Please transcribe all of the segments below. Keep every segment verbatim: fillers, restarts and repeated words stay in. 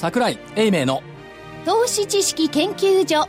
櫻井英明の投資知識研究所。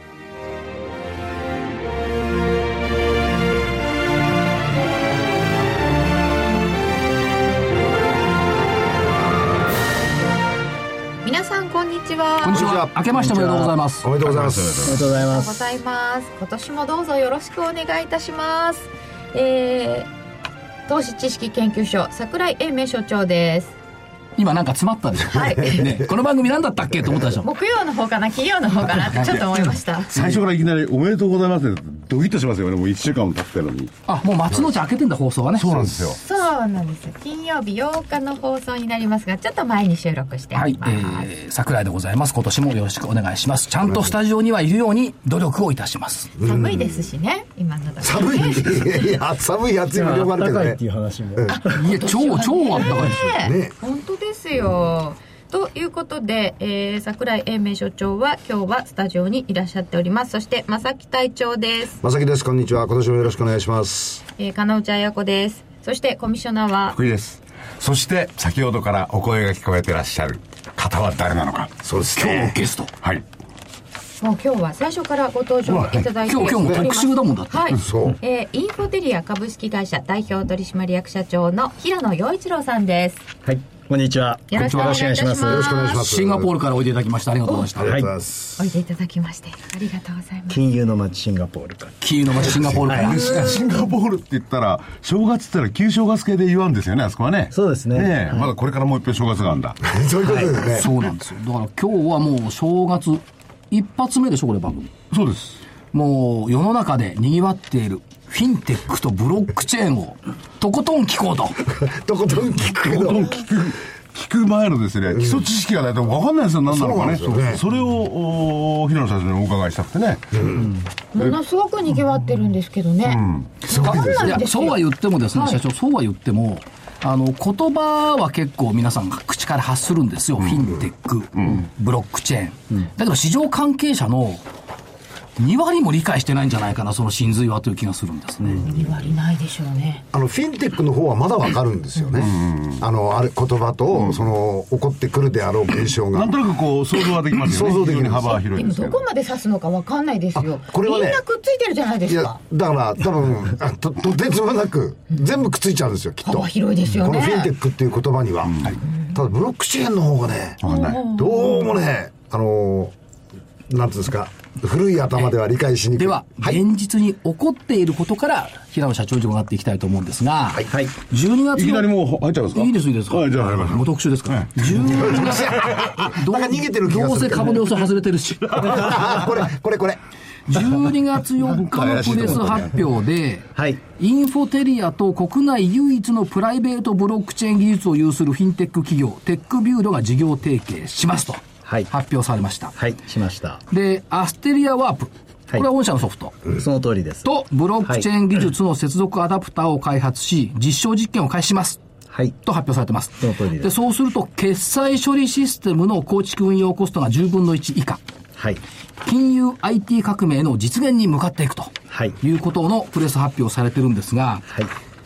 皆さんこんにちは。 こんにちは。明けましておめでとうございます。 おめでとうございます。 おめでとうございます。 ございます。今年もどうぞよろしくお願いいたします。えー、投資知識研究所櫻井英明所長です。 今なんか詰まったでしょ、 はいね、この番組なんだったっけと思ったでしょ。 木曜の方かな金曜の方かなってちょっと思いました最初からいきなりおめでとうございますってドキッとしますよね。もういっしゅうかんも経ってるのに。 あ、もう松の内開けてんだ放送はね。 そうなんですよ。 そうなんですよ。金曜日ようかの放送になりますが、ちょっと前に収録しております。はい、 えー、櫻井でございます。今年もよろしくお願いします。ちゃんとスタジオにはいるように努力をいたします。 寒いですしね、今のだと、ね、 寒いいや寒い暑い無料もあるけどね。 暖かいっていう話も、 いや超超あったかいですよね。本当ですよ。ということで、えー、櫻井英明所長は今日はスタジオにいらっしゃっております。そして正木隊長です。 正木です。こんにちは。今年もよろしくお願いします。 えー、金内彩子です。そしてコミッショナーは福井です。そして先ほどからお声が聞こえてらっしゃる方は誰なのか。 そうですね。 今日のゲスト。 はい。 もう今日は最初からご登場いただいております。 今日今日も特集だもんだって。 はい。 そう。 えー、インフォテリア株式会社代表取締役社長の平野陽一郎さんです。 はい。こんにちは。 よろしくお願いいたします。 よろしくお願いします。 シンガポールからおいでいただきました。ありがとうございました。 ありがとうございます。 おいでいただきましてありがとうございます。 金融の街シンガポールから。 金融の街シンガポールから。 シンガポールって言ったら正月って言ったら旧正月系で言わんですよね、あそこはね。 そうですね。 ねえ、はい、まだこれからもう一遍正月があるんだ。 そういうことですね、はい。 そうなんですよ。だから今日はもう正月一発目でしょこれ番組。 そうです。 もう世の中で賑わっているフィンテックとブロックチェーンをとことん聞こうと。 とことん聞くけど。 とことん聞く。聞く前のですね、基礎知識がないと分かんないですよ、何なのかね。 そ, ねそれを平野社長にお伺いしたくてね、 うん、ものすごくにぎわってるんですけどね、うん、 そうなんです。いやそうは言ってもですね、はい、社長そうは言ってもあの言葉は結構皆さん口から発するんですよ、うん、フィンテック、うん、ブロックチェーン、うん、だけど市場関係者のに割も理解してないんじゃないかな、その真髄はという気がするんですね。 に割ないでしょうね。 あのフィンテックの方はまだわかるんですよね、うん、あのあれ言葉と、うん、その起こってくるであろう現象がなんとなくこう想像はできますよね。想像できる幅は広いですけど、 どこまで指すのかわかんないですよ。 これはね、 みんなくっついてるじゃないですか。いやだから多分あ と, とてつもなく全部くっついちゃうんですよ、きっと。 幅広いですよね、 このフィンテックっていう言葉には、うん、はい、ただブロックチェーンの方がね、うん、どうもね、あのなんていうんですか、古い頭では理解しにくい。 では、はい、現実に起こっていることから平野社長に伺っていきたいと思うんですが、はいはい、じゅうにがつのいきなりもう入っちゃいますか。 いいですいいですか、 はい、じゃあ入りましょう。 もう特集ですから、はい、じゅうにがつどう逃げてる気がする、 どうせ株の予想外れてるしこれこれこれじゅうにがつよっかのプレス発表で、はい、インフォテリアと国内唯一のプライベートブロックチェーン技術を有するフィンテック企業テックビュードが事業提携しますと、はい、発表されました。 はい、しました。で、 アステリアワープ、これは御社のソフト、 はい、その通りです。 とブロックチェーン技術の接続アダプターを開発し、実証実験を開始します、はい、と発表されてます。 その通りです。 で、そうすると決済処理システムの構築運用コストがじゅうぶんのいち以下、はい、金融 アイティー 革命の実現に向かっていくと、はい、いうことのプレス発表されてるんですが、はい、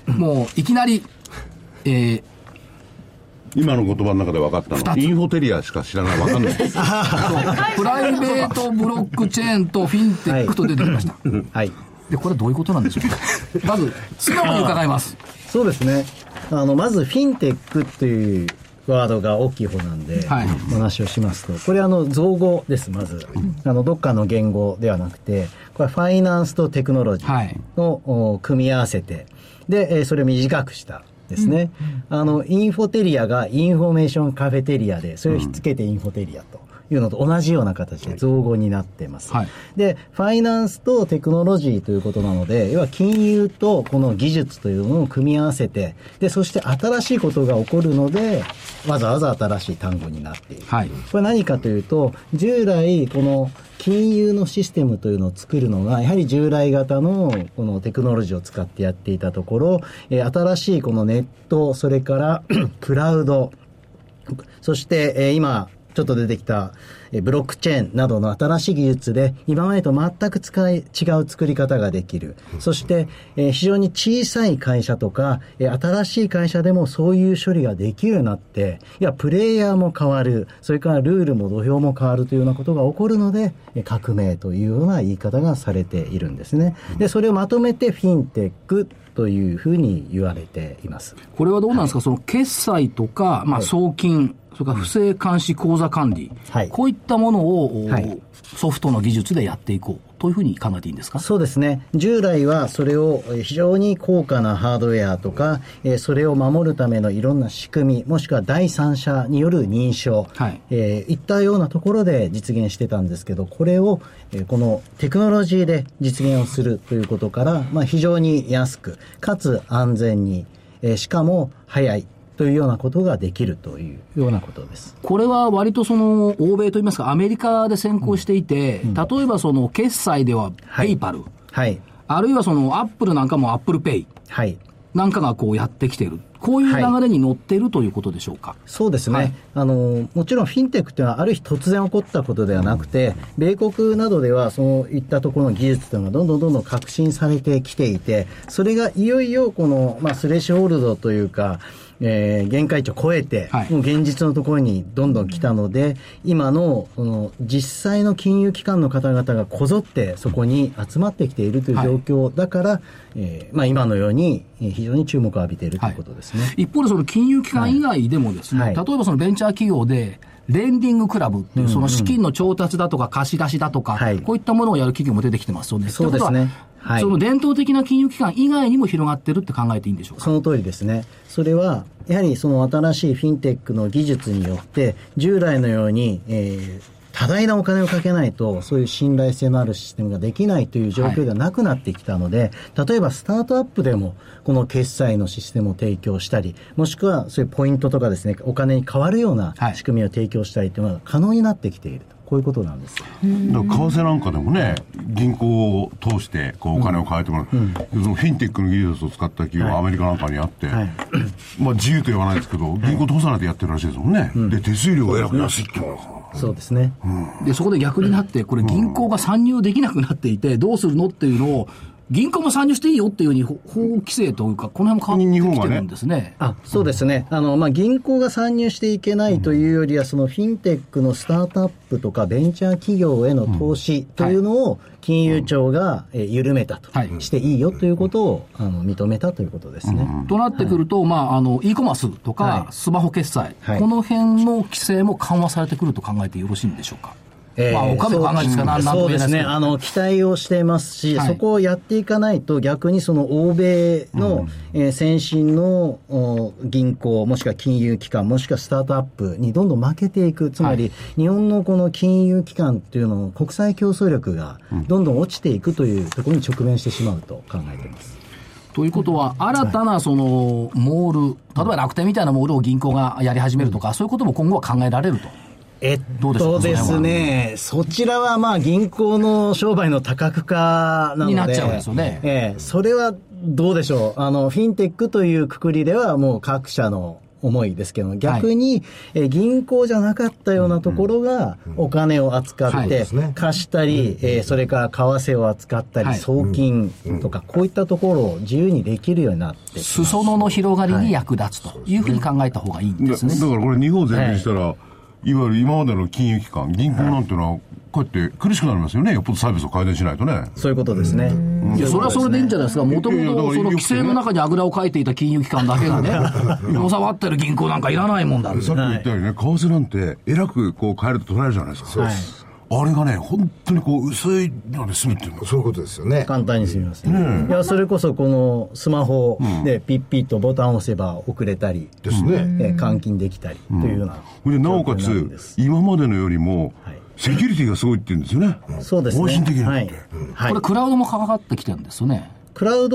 もういきなり、えー今の言葉の中で分かったのインフォテリアしか知らない、分かんないですプライベートブロックチェーンとフィンテックと出てきました、はいはい、でこれはどういうことなんでしょうかまず素直に伺います。 そうですね、あのまずフィンテックというワードが大きい方なんで、はい、お話をしますと、これはあの造語です。まずあのどっかの言語ではなくて、これはファイナンスとテクノロジーの、はい、組み合わせて、でそれを短くしたですね、うん、あのインフォテリアがインフォメーションカフェテリアで、それをひっつけてインフォテリアというのと同じような形で造語になっています、はい、でファイナンスとテクノロジーということなので、要は金融とこの技術というのを組み合わせて、でそして新しいことが起こるのでわざわざ新しい単語になっている、はい、これ何かというと、従来この金融のシステムというのを作るのがやはり従来型のこのテクノロジーを使ってやっていたところ、えー、新しいこのネット、それからクラウド、そして、えー、今ちょっと出てきたえブロックチェーンなどの新しい技術で今までと全く使い違う作り方ができる。そしてえ非常に小さい会社とかえ新しい会社でもそういう処理ができるようになって、いやプレイヤーも変わる、それからルールも土俵も変わるというようなことが起こるので革命というような言い方がされているんですね。でそれをまとめてフィンテックというふうに言われています。 これはどうなんですか、はい、その決済とか、まあ、送金、はい、それから不正監視口座管理、はい、こういったものを、はい、ソフトの技術でやっていこうというふうに考えていいんですか？ そうですね。従来はそれを非常に高価なハードウェアとか、それを守るためのいろんな仕組み、もしくは第三者による認証、はい、えー、いったようなところで実現してたんですけど、これをこのテクノロジーで実現をするということから、まあ、非常に安くかつ安全に、えー、しかも早いというようなことができるというようなことです。 これは割とその欧米といいますかアメリカで先行していて、うん、例えばその決済ではペイパル、はい、あるいはそのアップルなんかもアップルペイ、はい、なんかがこうやってきている、こういう流れに乗っているということでしょうか？ そうですね、はい、あのもちろんフィンテックというのはある日突然起こったことではなくて、米国などではそういったところの技術というのがどんどんどんどん革新されてきていて、それがいよいよこの、まあ、スレッシュホールドというかえー、限界値を超えて、はい、もう現実のところにどんどん来たので、今の、その実際の金融機関の方々がこぞってそこに集まってきているという状況だから、はい、えーまあ、今のように非常に注目を浴びているということですね。はい、 一方でその金融機関以外でもですね、はい、例えばそのベンチャー企業でレンディングクラブっていう、その資金の調達だとか貸し出しだとか、うんうん、こういったものをやる企業も出てきてますよね。 そうですね。はい、 その伝統的な金融機関以外にも広がってるって考えていいんでしょうか？ その通りですね。それはやはりその新しいフィンテックの技術によって従来のように、えー、多大なお金をかけないとそういう信頼性のあるシステムができないという状況ではなくなってきたので、はい、例えばスタートアップでもこの決済のシステムを提供したり、もしくはそういうポイントとかですね、お金に変わるような仕組みを提供したりというのが可能になってきていると。こういうことなんです。だから為替なんかでもね、銀行を通してこうお金を変えてもらう、うんうん、そのフィンテックの技術を使った企業はアメリカなんかにあって、はい、まあ自由と言わないですけど、銀行通さないとやってるらしいですもんね。うん、で手数料がえらく安いっていうのは。 そうですね、 うん、でそこで逆になってこれ銀行が参入できなくなっていてどうするのっていうのを銀行も参入していいよっていうように法規制というかこの辺も変わってきてるんですね。ねあそうですね。あの、まあ、銀行が参入していけないというよりは、そのフィンテックのスタートアップとかベンチャー企業への投資というのを金融庁が緩めたと、はい、していいよということをあの認めたということですね。 うん、となってくると、はい、まあ、あの e コマースとかスマホ決済、はい、この辺の規制も緩和されてくると考えてよろしいんでしょうか？ えー、 まあ、お金を考えですから、 そうですね。あの、期待をしていますし、はい、そこをやっていかないと、逆にその欧米の、うんえー、先進の銀行、もしくは金融機関、もしくはスタートアップにどんどん負けていく。つまり、はい、日本のこの金融機関というのの国際競争力がどんどん落ちていくというところに直面してしまうと考えています。 ということは、新たなそのモール、例えば楽天みたいなモールを銀行がやり始めるとか、うん、そういうことも今後は考えられると。 えっとですね、そちらはまあ銀行の商売の多角化なので、 になっちゃうんですよね。 ええ、それはどうでしょう。あの、フィンテックというくくりではもう各社の思いですけども、逆に、はい、え銀行じゃなかったようなところがお金を扱って、うんうん、貸したり、うんえー、それから為替を扱ったり、はい、送金とか、こういったところを自由にできるようになって裾野の広がりに役立つというふうに考えた方がいいんですね。 だからこれ日本全部したら、はいいわゆる今までの金融機関、銀行なんていうのは、こうやって苦しくなりますよね。よっぽどサービスを改善しないとね。 そういうことですね。 いや、それはそれでいいんじゃないですか。もともとその規制の中にあぐらをかいていた金融機関だけがね、のさばってる銀行なんかいらないもんだって。 さっき言ったようにね、為替なんて、えらくこう変えると取られるじゃないですか。そうです。あれがね、本当にこう、薄いので済むっていうの。 そういうことですよね。 簡単に済みますね。うん、いや、それこそこのスマホでピッピッとボタンを押せば遅れたり、 ですね。 え換金できたりというような、 うん。で、なおかつ、今までのよりも、はい、セキュリティがすごいって言うんですよね。 そうですね。 方針的になって、 はいうんはい。これクラウドも関わってきてるんですよね。 クラウド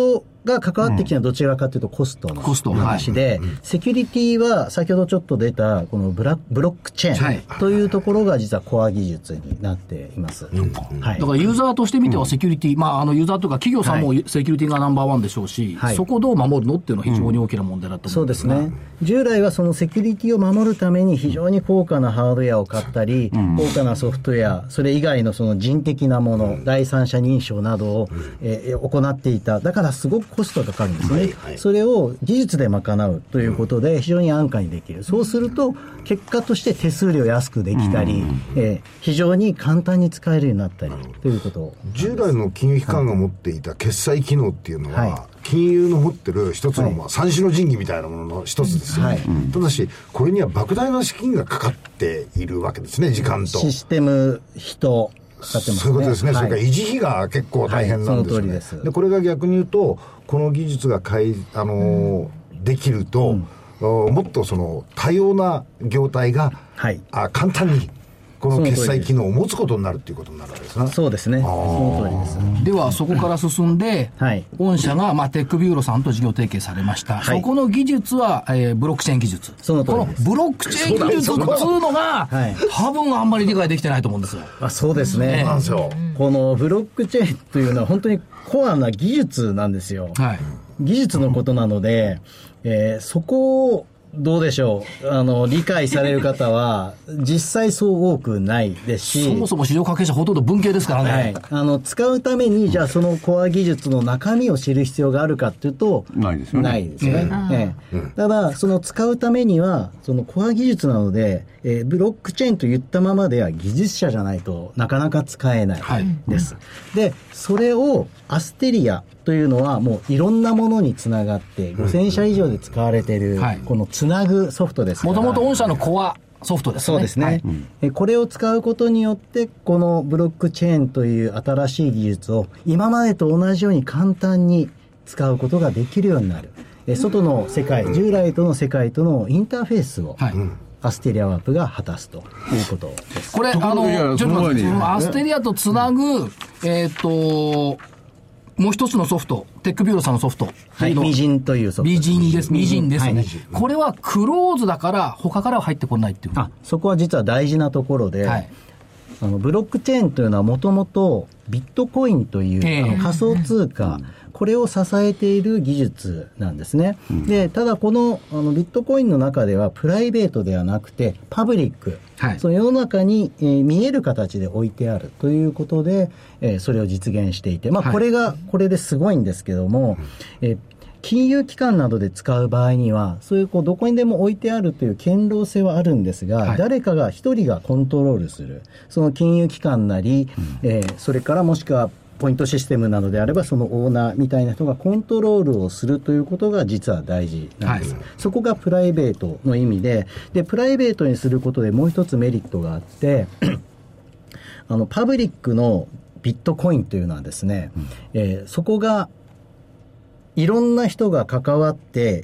が関わってきたのはどちらかというとコストの話で、はい、セキュリティは先ほどちょっと出たこのブラブロックチェーンというところが実はコア技術になっています、うんはい、だからユーザーとしてみてはセキュリティ、うんまあ、あのユーザーとか企業さんもセキュリティがナンバーワンでしょうし、はい、そこをどう守るのっていうのは非常に大きな問題だと思うんですが、 うん、そうですね。従来はそのセキュリティを守るために非常に高価なハードウェアを買ったり、うん、高価なソフトウェア、それ以外のその人的なもの、うん、第三者認証などを、うんえー、行っていた。だからすごくコストがかかるんですね、はいはい、それを技術で賄うということで非常に安価にできる。そうすると結果として手数料安くできたり、うんえー、非常に簡単に使えるようになったりということ従来の金融機関が持っていた決済機能っていうのは、はい金融の持ってる一つの、まあ、三種の神器みたいなものの一つですよ、はい、ただしこれには莫大な資金がかかっているわけですね。時間とシステム人使ってますね。 そういうことですね、はい、それから維持費が結構大変なんですよね、はい、その通りです。でこれが逆に言うとこの技術がかい、あのーうん、できると、うん、もっとその多様な業態が、はい、あ簡単にこの決済機能を持つことになるということになるわけですね。 そうですね。その通りです。 ではそこから進んで、はい、御社が、まあ、テックビューローさんと事業提携されました、はい、そこの技術は、えー、ブロックチェーン技術。 その通りです。 このブロックチェーン技術っていうのが、はい、多分あんまり理解できてないと思うんですよ。 あそうですね。なんですよ。このブロックチェーンというのは本当にコアな技術なんですよ。はい、技術のことなので、えー、そこをどうでしょう。あの、理解される方は、実際そう多くないですし。 そもそも市場関係者ほとんど文系ですからね。はい。 あの、使うために、じゃあそのコア技術の中身を知る必要があるかっていうと、 ないですよね。 ないですね。うんええうん、ただ、その使うためには、そのコア技術なので、えー、ブロックチェーンと言ったままでは技術者じゃないとなかなか使えないです。はい、で、それをアステリアというのはもういろんなものにつながってごせん社以上で使われているこのつなぐソフトですから。 もともと御社のコアソフトですね。 そうですね、はいうん、これを使うことによってこのブロックチェーンという新しい技術を今までと同じように簡単に使うことができるようになる。外の世界、従来との世界とのインターフェースを、はいアステリアワープが果たすということです。 これ、あの、ちょっと待って、アステリアとつなぐ、うん、えっ、ー、と、もう一つのソフト、テックビューローさんのソフト。 はい、ミジンというソフト。 ミジンです。ミジンですね、はい。これはクローズだから、他からは入ってこないっていう。 あ、そこは実は大事なところで、はい、あのブロックチェーンというのはもともとビットコインという、えー、あの仮想通貨、うんこれを支えている技術なんですね、うん、でただこの、あのビットコインの中ではプライベートではなくてパブリック、はい、その世の中に、えー、見える形で置いてあるということで、えー、それを実現していて、まあ、これが、はい、これですごいんですけども、えー金融機関などで使う場合にはそういうこうどこにでも置いてあるという堅牢性はあるんですが、はい、誰かが一人がコントロールするその金融機関なり、うんえー、それからもしくはポイントシステムなどであればそのオーナーみたいな人がコントロールをするということが実は大事なんです、はい、そこがプライベートの意味で、でプライベートにすることでもう一つメリットがあってあのパブリックのビットコインというのはですね、うんえー、そこがいろんな人が関わって、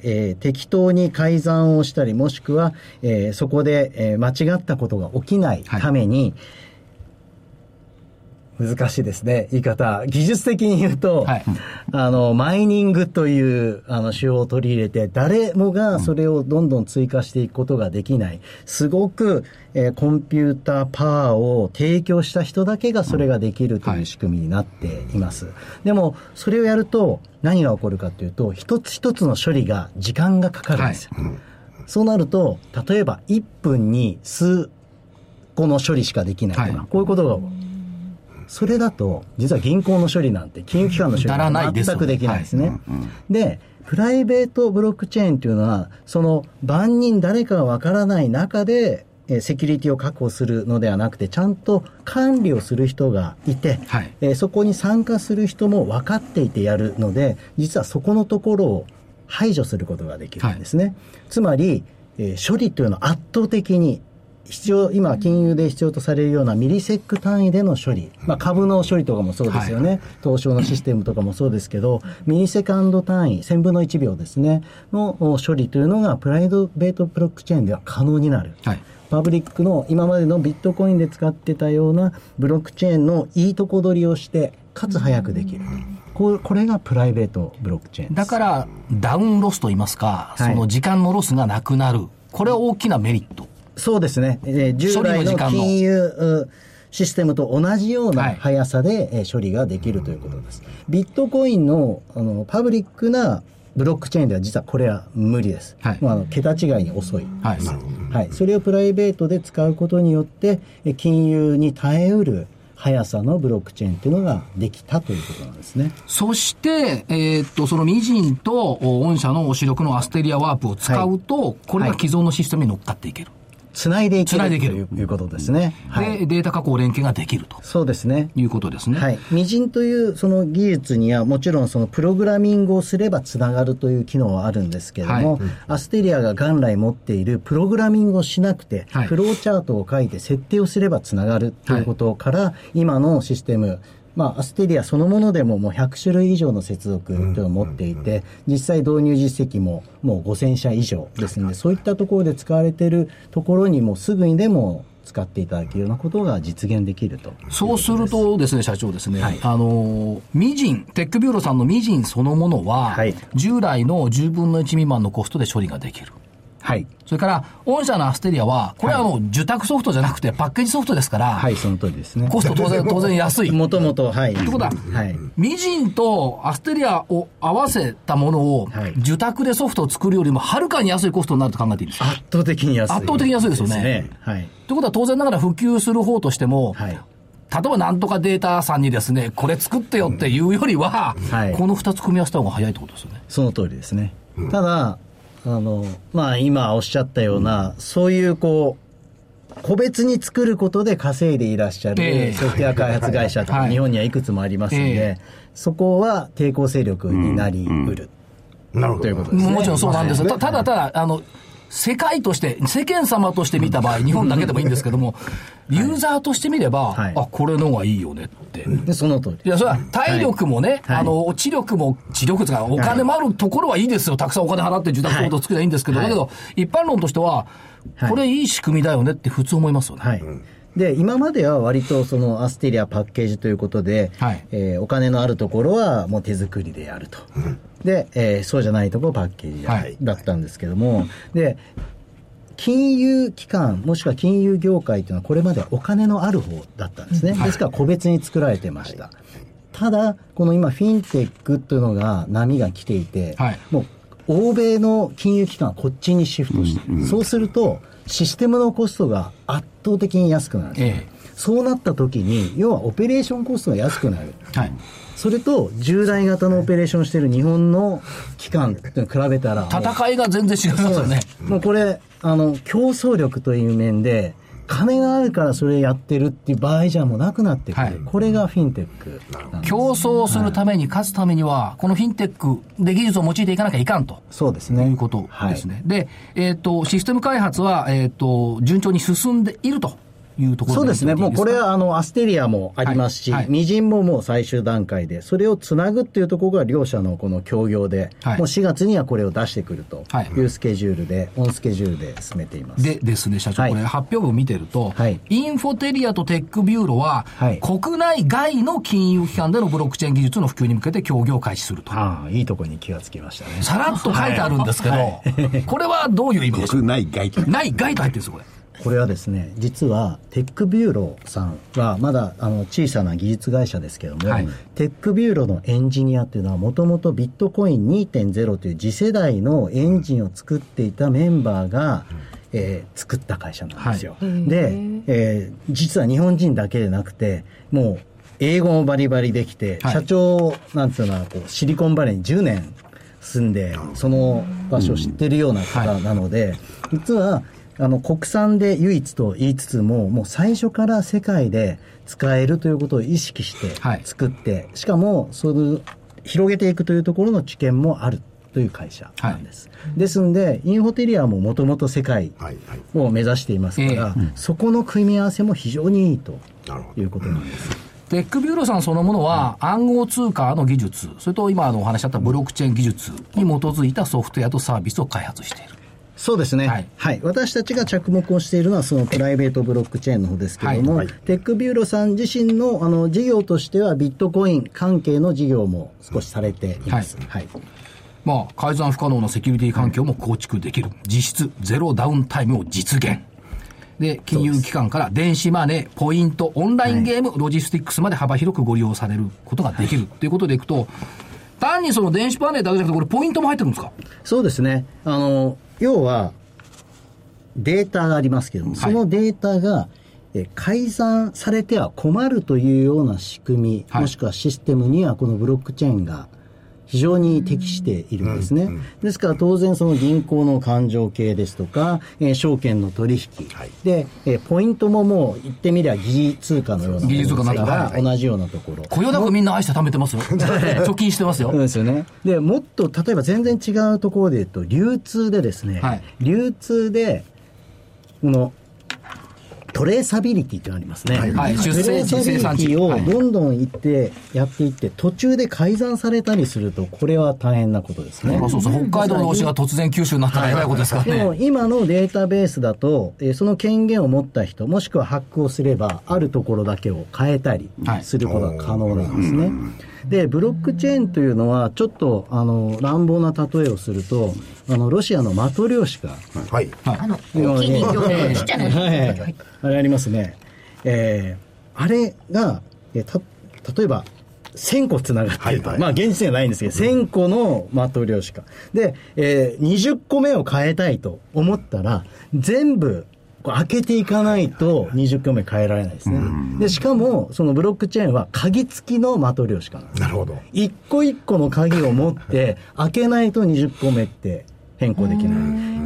えー、適当に改ざんをしたりもしくは、えー、そこで、えー、間違ったことが起きないために、はい、難しいですね言い方技術的に言うと、はい、あのマイニングというあの手法を取り入れて誰もがそれをどんどん追加していくことができない、すごく、えー、コンピューターパワーを提供した人だけがそれができるという仕組みになっています、はい、でもそれをやると何が起こるかというと一つ一つの処理が時間がかかるんですよ、はい、そうなると例えばいっぷんに数個の処理しかできないとか、はい、こういうことがそれだと実は銀行の処理なんて金融機関の処理は全くできないですね、はいうん、でプライベートブロックチェーンというのはその万人誰かがわからない中でセキュリティを確保するのではなくてちゃんと管理をする人がいて、はい、えー、そこに参加する人も分かっていてやるので実はそこのところを排除することができるんですね、はい、つまり、えー、処理というのは圧倒的に必要今金融で必要とされるようなミリセック単位での処理、まあ、株の処理とかもそうですよね、はい、東証のシステムとかもそうですけどミリセカンド単位せんぶんのいちびょうですねの処理というのがプライベートブロックチェーンでは可能になる、はい、パブリックの今までのビットコインで使ってたようなブロックチェーンのいいとこ取りをしてかつ早くできる、ここれがプライベートブロックチェーンです。 だからダウンロスといいますか、はい、その時間のロスがなくなる、これは大きなメリット。 そうですね、えー、従来の金融システムと同じような速さで、はい、処理ができるということです。ビットコイン の, あのパブリックなブロックチェーンでは実はこれは無理です、はい、もうあの桁違いに遅い、はいはい、それをプライベートで使うことによって金融に耐えうる速さのブロックチェーンというのができたということなんですね。 そして、えー、っとそのミジンと御社の主力のアステリアワープを使うと、はい、これが既存のシステムに乗っかっていける、 つないでいけるということですね。 で、はい、データ加工連携ができると。 そうですね。 いうことですね。 はい。ミジンというその技術にはもちろんそのプログラミングをすればつながるという機能はあるんですけれども、はい、アステリアが元来持っているプログラミングをしなくて、はい、フローチャートを書いて設定をすればつながるということから、はい、今のシステム、まあ、アステリアそのものでももうひゃくしゅるい以上の接続というのを持っていて、実際導入実績ももうごせんしゃ以上ですので、そういったところで使われているところにもすぐにでも使っていただけるようなことが実現できると。 そうするとですね、社長ですね、はい、あのミジン、テックビューロさんのミジンそのものは、はい、従来のじゅうぶんのいち未満のコストで処理ができる。はい。それから、御社のアステリアは、これはもう受託ソフトじゃなくてパッケージソフトですから、 はい、その通りですね。 コスト当然、当然安い。 もともと、はい。 ということは、はい、ミジンとアステリアを合わせたものを、はい、受託でソフトを作るよりもはるかに安いコストになると考えていいですか？ 圧倒的に安い。 圧倒的に安いですよね。ね、はい。ということは当然ながら普及する方としても、はい、例えばなんとかデータさんにですね、これ作ってよっていうよりは、はい、このふたつ組み合わせた方が早いってことですよね。 その通りですね。ただ、あの、まあ今おっしゃったような、うん、そういうこう、個別に作ることで稼いでいらっしゃる、えー、ソフトウェア開発会社とか日本にはいくつもありますので、えー、そこは抵抗勢力になりうる。 うんうん、なるほど。 ということですね。 もちろんそうなんです。ただただ、あの、世界として、世間様として見た場合、日本だけでもいいんですけども、ユーザーとして見れば、はい、あ、これの方がいいよねって。 で、その通り。 いや、それは体力もね、はい、あの、知力も、知力とか、お金もあるところはいいですよ。たくさんお金払って受託ソフトを作ればいいんですけど、はい、だけど、一般論としては、これいい仕組みだよねって普通思いますよね。はい。 で、今までは割とそのアステリアパッケージということで、はい、えー、お金のあるところはもう手作りでやると。うん、で、えー、そうじゃないところパッケージやる、はい、だったんですけども、で、金融機関もしくは金融業界というのはこれまではお金のある方だったんですね。ですから個別に作られてました。ただ、この今フィンテックというのが波が来ていて、はい、もう欧米の金融機関はこっちにシフトしている。うんうん、そうするとシステムのコストが圧倒的に安くなるんです、ね。ええ、そうなった時に要はオペレーションコストが安くなる。はい、それと従来型のオペレーションしている日本の機関と比べたら戦いが全然違いますよね。 もうこれあの競争力という面で金があるからそれやってるっていう場合じゃもうなくなってくる、はい、これがフィンテックなんです。 競争するために、はい、勝つためにはこのフィンテックで技術を用いていかなきゃいかんと。 そうですね。 いうことですね。はい、で、えっ、ー、とシステム開発はえっ、ー、と順調に進んでいるというところ。 そうですね。もうこれはあのアステリアもありますし、はいはい、ミジンももう最終段階でそれをつなぐっていうところが両社のこの協業で、はい、もうしがつにはこれを出してくるというスケジュールで、はい、オンスケジュールで進めています。 でですね、社長、はい、これ発表文見てると、はい、インフォテリアとテックビューロは、はい、国内外の金融機関でのブロックチェーン技術の普及に向けて協業を開始すると。 ああ、いいところに気がつきましたね。 さらっと書いてあるんですけど、はい、これはどういう意味でしょう。 国内外と内外と入ってるんですよ、これ。 これはですね、実はテックビューロさんはまだあの小さな技術会社ですけども、はい、テックビューロのエンジニアっていうのはもともとビットコイン にてんゼロ という次世代のエンジンを作っていたメンバーが、うん、えー、作った会社なんですよ。はい、で、えー、実は日本人だけでなくてもう英語もバリバリできて、はい、社長なんていうのはこうシリコンバレーにじゅうねん住んでその場所を知ってるような方なので、うんはい、実はあの国産で唯一と言いつつももう最初から世界で使えるということを意識して作って、はい、しかもその広げていくというところの知見もあるという会社なんです、はい、ですんでインフォテリアももともと世界を目指していますから、はいはい、そこの組み合わせも非常にいいということなんです。 テックビューロさんそのものは暗号通貨の技術、それと今のお話しあったブロックチェーン技術に基づいたソフトウェアとサービスを開発している。 そうですね、はいはい、私たちが着目をしているのはそのプライベートブロックチェーンの方ですけれども、はいはい、テックビューロさん自身 の, あの事業としてはビットコイン関係の事業も少しされています、はいはい、 まあ、改ざん不可能なセキュリティ環境も構築できる、実質ゼロダウンタイムを実現で、金融機関から電子マネー、ポイント、オンラインゲーム、はい、ロジスティックスまで幅広くご利用されることができるということでいくと、単にその電子マネーだけじゃなくてこれポイントも入ってるんですか？ そうですね、あの要はデータがありますけども、はい、そのデータがえ改ざんされては困るというような仕組み、はい、もしくはシステムにはこのブロックチェーンが非常に適しているんですね、うんうん、ですから当然その銀行の勘定系ですとか、えー、証券の取引、はい、で、えー、ポイントももう言ってみれば疑似通貨のようなものですから同じようなところ、 こよなくみんな愛して貯めてますよ貯金してますよ。 そうですよね。でもっと例えば全然違うところで言うと流通でですね、はい、流通でこのトレーサビリティってありますね、はいはい、出生地生産地をどんどんいってやっていって途中で改ざんされたりするとこれは大変なことですね、 まあ、そうそう、北海道の牛が突然九州になったらえらいことですからね。 でも今のデータベースだと、えー、その権限を持った人もしくはハックをすればあるところだけを変えたりすることが可能なんですね、はい、でブロックチェーンというのはちょっとあの乱暴な例えをするとあのロシアのマトリョーシカ、 はい、あの大きい人形のちっちゃな人形、はいはい、 あれありますね、えー、あれがえた例えばせんこつながっていると、はいはい、まあ現実にはないんですけど、せんこのマトリョーシカで、えー、にじゅっこめを変えたいと思ったら全部開けていかないとにじゅっこめ変えられないですね。でしかもそのブロックチェーンは鍵付きのマトリョーシカなんです。 なるほど。 一個一個の鍵を持って開けないとにじゅっこめって変更できない。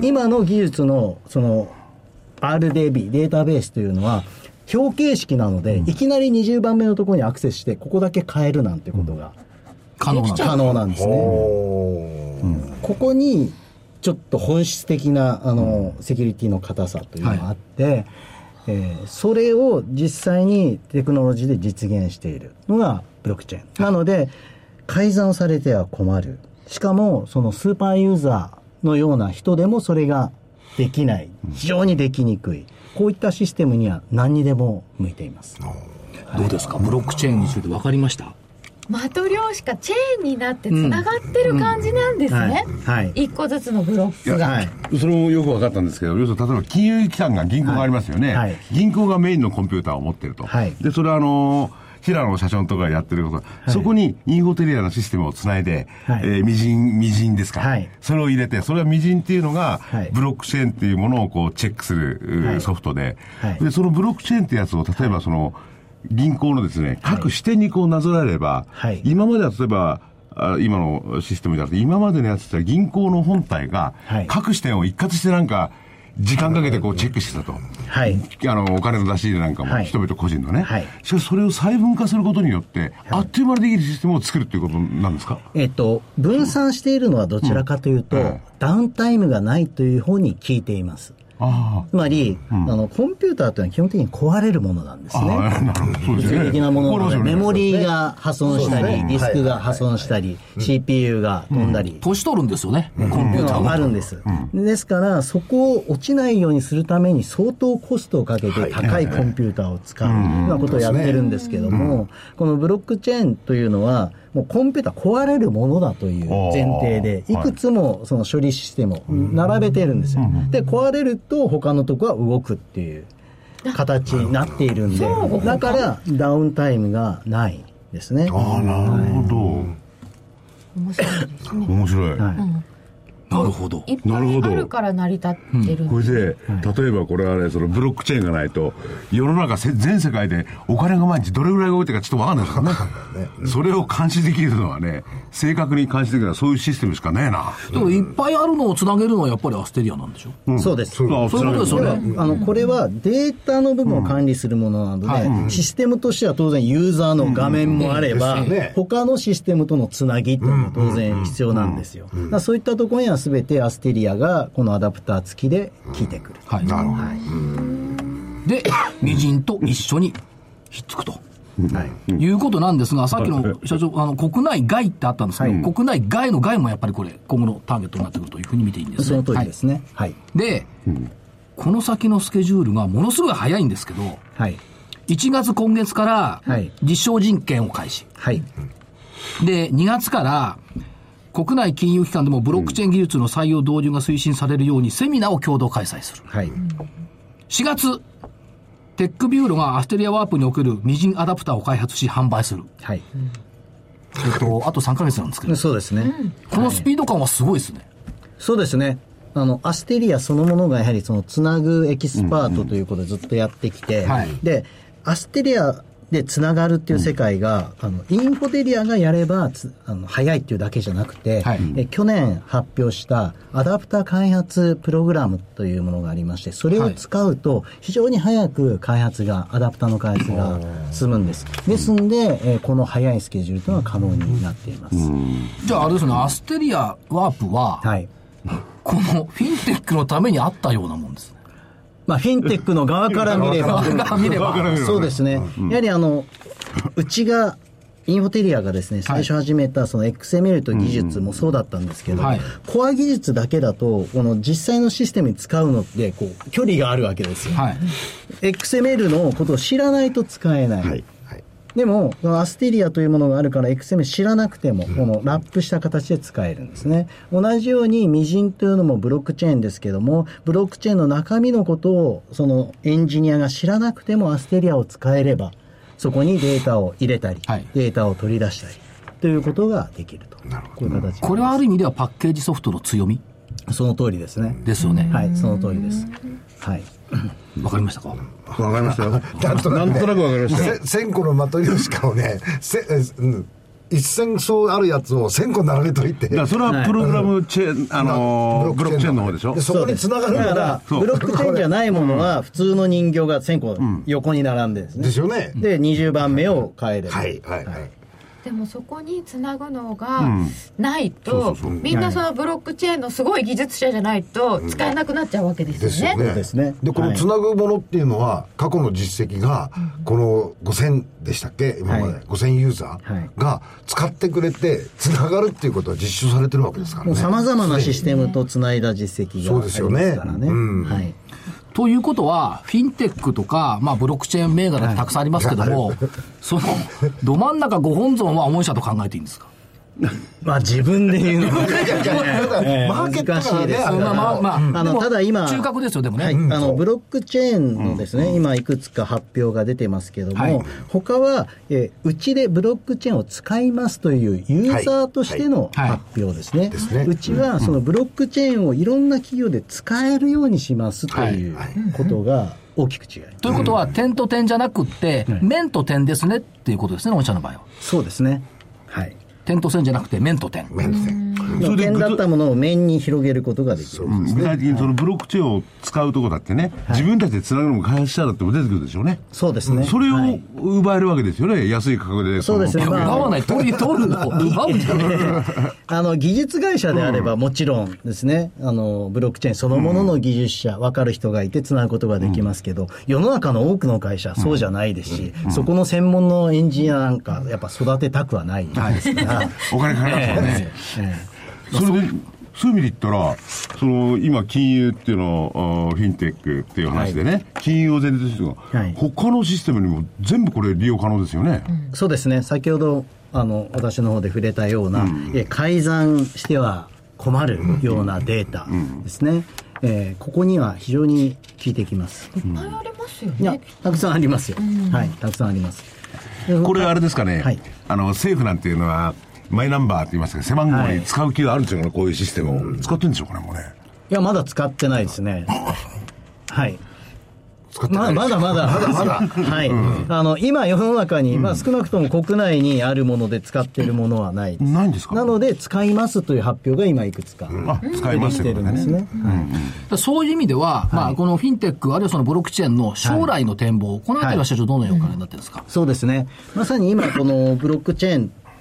今の技術のその アールディービー データベースというのは表形式なので、うん、いきなりにじゅうばんめのところにアクセスしてここだけ変えるなんてことが可能なんです、可能なんですね、うん、ここにちょっと本質的なあの、うん、セキュリティの硬さというのがあって、はい、えー、それを実際にテクノロジーで実現しているのがブロックチェーン、はい、なので改ざんされては困る、しかもそのスーパーユーザーのような人でもそれができない、非常にできにくい、こういったシステムには何にでも向いています。 どうですか、ブロックチェーンについて分かりました？ マトリョーシカチェーンになってつながってる感じなんですね、うんうん、はい、一個ずつのブロックが、はい、 それもよく分かったんですけど、要するに例えば金融機関が銀行がありますよね、はいはい、銀行がメインのコンピューターを持ってると、はい、でそれはあのー平野社長とかやってること、はい、そこにインフォテリアのシステムをつないで、はい、えー、ミジン、ミジンですか、はい、それを入れて、それはミジンっていうのが、はい、ブロックチェーンっていうものをこうチェックする、はい、ソフトで、はい、で、そのブロックチェーンってやつを、例えばその、銀行のですね、各支店にこうなぞらえれば、はい、今までは例えば、あ今のシステムだと、今までのやつって銀行の本体が、各支店を一括してなんか、時間かけてこうチェックしてたと。はい。あの、お金の出し入れなんかも、人々個人のね。はい。しかしそれを細分化することによって、はい、あっという間にできるシステムを作るっていうことなんですか？ えっと、分散しているのはどちらかというと、うんうん、ダウンタイムがないという方に聞いています。あつまり、うん、あのコンピューターというのは基本的に壊れるものなんですね。なるほど、そうですね。物理的なものなので、メモリーが破損したり、ね、ディスクが破損したり、はいはいはい、シーピーユー が飛んだり、うん、 年取るんですよね、うん、コンピューターはあるんです、うん、ですからそこを落ちないようにするために相当コストをかけて高いコンピューターを使うようなことをやってるんですけども、このブロックチェーンというのはもうコンピューター壊れるものだという前提でいくつもその処理システムを並べているんですよ。で壊れると他のとこは動くっていう形になっているんで、だからダウンタイムがないですね。 ああ、なるほど、 面白いですね。 面白い、はい、うん、 なるほど。 いっぱいあるから成り立ってるんです、うん、 これで、例えばこれはね、そのブロックチェーンがないと、世の中全世界でお金が毎日どれぐらい動いてるかちょっとわかんないですからね。それを監視できるのはね、正確に監視できるのはそういうシステムしかねえな。 でもいっぱいあるのをつなげるのはやっぱりアステリアなんでしょ、 うん、そうです。 そういうことですよね。 あの、これはデータの部分を管理するものなので、うんはい、システムとしては当然ユーザーの画面もあれば、うんね、他のシステムとのつなぎっていうのも当然必要なんですよ。だからそういったところには全てアステリアがこのアダプター付きで効いてくる、 はい、なるほど、はい、でミジンと一緒にひっつくとはい、いうことなんですが、さっきの社長、あの国内外ってあったんですけど、はい、国内外の外もやっぱりこれ、今後のターゲットになってくるというふうに見ていいんですね。 その通りですね。はい。 で、うん、この先のスケジュールがものすごい早いんですけど、はい、いちがつ今月から実証実験を開始。はい、で、にがつから国内金融機関でもブロックチェーン技術の採用導入が推進されるようにセミナーを共同開催する。はい、しがつ、テックビューロがアステリアワープにおける未人アダプターを開発し販売する。はい。えっと、あとさんかげつなんですけど。 そうですね。 このスピード感はすごいですね。はい、 そうですね。あの、アステリアそのものがやはりそのつなぐエキスパートということでずっとやってきて、うんうんはい、で、アステリアでつながるっていう世界が、うん、あの、インフォデリアがやればつあの早いっていうだけじゃなくて、はい、え去年発表したアダプター開発プログラムというものがありまして、それを使うと非常に早く開発が、アダプターの開発が進むんです。ですんで、えこの早いスケジュールというのは可能になっています。 じゃああれですね、アステリアワープは、はい、このフィンテックのためにあったようなもんですね。 まあ、フィンテックの側から見れば、見ればそうですね。うん、やはりあの、うちが、インフォテリアがですね、最初始めたその エックスエムエル という技術もそうだったんですけど、うんはい、コア技術だけだと、この実際のシステムに使うのって、こう、距離があるわけですよ。はい、エックスエムエル のことを知らないと使えない。はいでも、アステリアというものがあるから エックスエムエル 知らなくても、このラップした形で使えるんですね。同じように未人というのもブロックチェーンですけども、ブロックチェーンの中身のことをそのエンジニアが知らなくてもアステリアを使えれば、そこにデータを入れたり、はい、データを取り出したりということができると。なるほど。こういう形。 これはある意味ではパッケージソフトの強み？ その通りですね。 ですよね。 はい、その通りです。はい。 わかりましたか？わかりましたよ。なんとなくわかりましたよ。 千個のマトリョーシカをね、せうん一千層あるやつを千個並べといて。 だからそれはプログラムチェーン、あのー、ブロックチェーンの方でしょ。 でそこに繋がるから。 ブロックチェーンじゃないものは普通の人形が千個横に並んでですね。 ですよね。 で、にじゅうばんめを変えれば。 はい、はい、はい。 でもそこにつなぐのがないと、みんなそのブロックチェーンのすごい技術者じゃないと使えなくなっちゃうわけですよね。 ですよね。で、このつなぐものっていうのは、過去の実績が、このごせんでしたっけ今まで。ごせんユーザーが使ってくれて、つながるっていうことは実証されてるわけですからね。 様々なシステムとつないだ実績がありますからね。はい。 ということは、フィンテックとか、まあ、ブロックチェーン銘柄ってたくさんありますけども、はい、その、ど真ん中ご本尊は御社と考えていいんですか？ まあ自分で言うのはマーケットがね、 まあまあ、あのただ今中核ですよでもね、 はい、あのブロックチェーンのですね、うん、今いくつか発表が出てますけども、はい、他は、えー、うちでブロックチェーンを使いますというユーザーとしての発表ですね。うちはそのブロックチェーンをいろんな企業で使えるようにしますということが大きく違います。 ということは点と点じゃなくって、うん、面と点ですねっていうことですね、御社の場合は。 そうですね。はい。 点と線じゃなくて面と点。 面と点。 点だったものを面に広げることができる。 うん、具体的にそのブロックチェーンを使うところだってね、はい、自分たちでつなぐのも開発者だっても出てくるでしょうね。 そうですね。 それを奪えるわけですよね、はい、安い価格で。 そうですね。 まあ、奪わない、取り取るの、奪うんじゃないあの、技術会社であればもちろんですね、あの、ブロックチェーンそのものの技術者、分かる人がいてつなぐことができますけど、世の中の多くの会社、そうじゃないですし、そこの専門のエンジニアなんか、やっぱ育てたくはないですから。 お金かかりますよね。えー、それで、そういう意味で言ったら、その、今、金融っていうのを、フィンテックっていう話でね、はい、金融を前提としては、はい、他のシステムにも全部これ利用可能ですよね。 うん、そうですね。先ほど、あの、私の方で触れたような、うん、え改ざんしては困るようなデータですね。うんうんえー、ここには非常に効いてきます。 いっぱいありますよね。 いや、たくさんありますよ。うん、はい、たくさんあります。 これあれですかね、はい、あの、政府なんていうのは、マイナンバーって言いますけど、背番号に使う気があるんですよね、こういうシステムを。使ってるんでしょうかね、もうね。 いや、まだ使ってないですね。はい。まだまだまだ。まだまだ。はい。うん、あの、今世の中に、まあ少なくとも国内にあるもので使っているものはないです。 ないんですか？ なので、使いますという発表が今いくつか。うん、 あ、使いますしてるんですね。 うん、そういう意味では、まあこのフィンテック、あるいはそのブロックチェーンの将来の展望、はい、このあたりは社長どのようにお考えになってるんですか？ そうですね。まさに今このブロックチェーン、